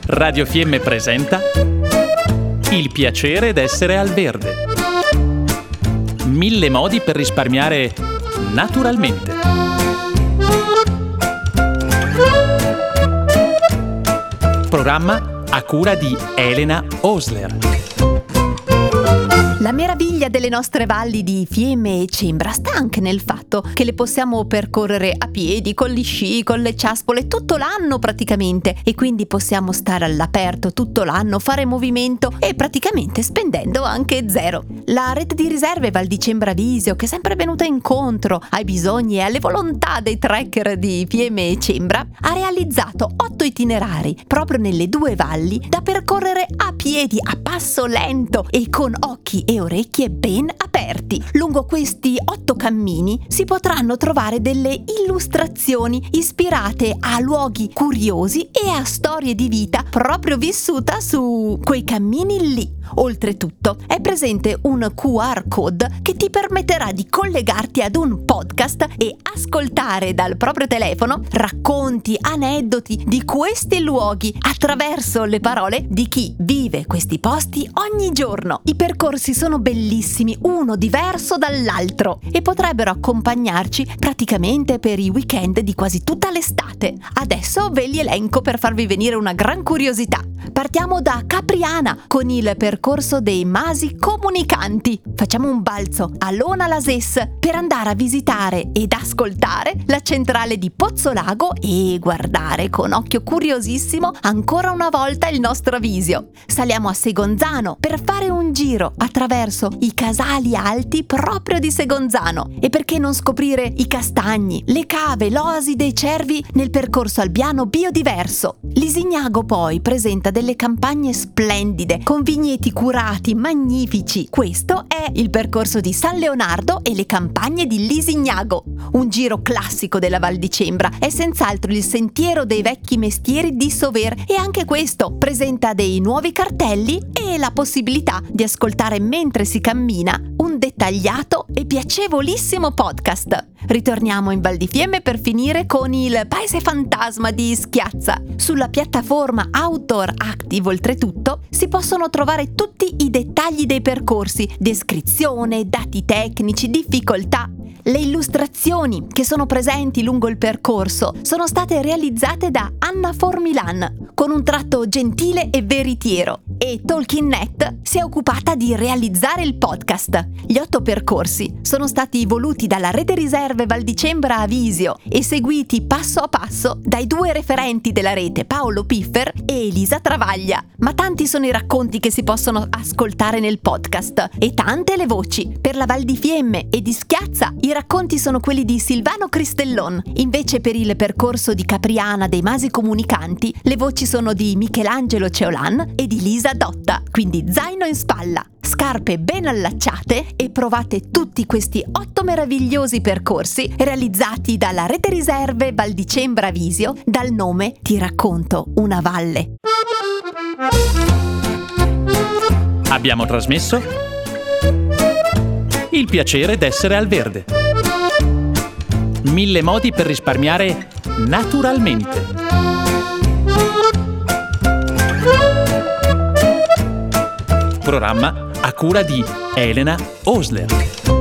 Radio Fiemme presenta Il piacere d'essere al verde. 1000 modi per risparmiare naturalmente. Programma a cura di Elena Osler. La meraviglia delle nostre valli di Fiemme e Cembra sta anche nel fatto che le possiamo percorrere a piedi, con gli sci, con le ciaspole, tutto l'anno praticamente, e quindi possiamo stare all'aperto tutto l'anno, fare movimento e praticamente spendendo anche zero. La rete di riserve Val di Cembra Visio, che è sempre venuta incontro ai bisogni e alle volontà dei trekker di Fiemme e Cembra, ha realizzato 8 itinerari proprio nelle due valli da percorrere a piedi, a passo lento e con occhi e orecchie ben aperti. Lungo questi 8 cammini si potranno trovare delle illustrazioni ispirate a luoghi curiosi e a storie di vita proprio vissuta su quei cammini lì. Oltretutto è presente un QR code che ti permetterà di collegarti ad un podcast e ascoltare dal proprio telefono racconti, aneddoti di questi luoghi attraverso le parole di chi vive questi posti ogni giorno. I percorsi sono bellissimi, uno diverso dall'altro, e potrebbero accompagnarci praticamente per i weekend di quasi tutta l'estate. Adesso ve li elenco per farvi venire una gran curiosità. Partiamo da Capriana con il percorso dei Masi Comunicanti. Facciamo un balzo a Lona Lases per andare a visitare ed ascoltare la centrale di Pozzolago e guardare con occhio curiosissimo ancora una volta il nostro Visio. Saliamo a Segonzano per fare un giro attraverso i casali alti proprio di Segonzano. E perché non scoprire i castagni, le cave, l'oasi dei cervi nel percorso albiano biodiverso. Lisignago poi presenta delle campagne splendide con vigneti curati, magnifici. Questo è il percorso di San Leonardo e le campagne di Lisignago. Un giro classico della Val di Cembra è senz'altro il sentiero dei vecchi mestieri di Sover, e anche questo presenta dei nuovi cartelli e la possibilità di ascoltare mentre si cammina un dettagliato e piacevolissimo podcast. Ritorniamo in Val di Fiemme per finire con il Paese Fantasma di Schiazza. Sulla piattaforma Outdoor Active, oltretutto, si possono trovare tutti i dettagli dei percorsi, descrizione, dati tecnici, difficoltà. Le illustrazioni che sono presenti lungo il percorso sono state realizzate da Anna Formilan con un tratto gentile e veritiero, e Talking.net si è occupata di realizzare il podcast. Gli 8 percorsi sono stati voluti dalla Rete Riserve Val di Cembra a Visio e seguiti passo a passo dai 2 referenti della rete, Paolo Piffer e Elisa Travaglia. Ma tanti sono i racconti che si possono ascoltare nel podcast e tante le voci. Per la Val di Fiemme e di Schiazza i racconti sono quelli di Silvano Cristellon. Invece per il percorso di Capriana dei Masi Comunicanti le voci sono di Michelangelo Ceolan e di Lisa Dotta. Quindi zaino in spalla, scarpe ben allacciate e provate tutti questi 8 meravigliosi percorsi realizzati dalla Rete Riserve Val di Cembra Visio dal nome Ti racconto una valle. Abbiamo trasmesso Il piacere d'essere al verde. 1000 modi per risparmiare naturalmente. Programma a cura di Elena Osler.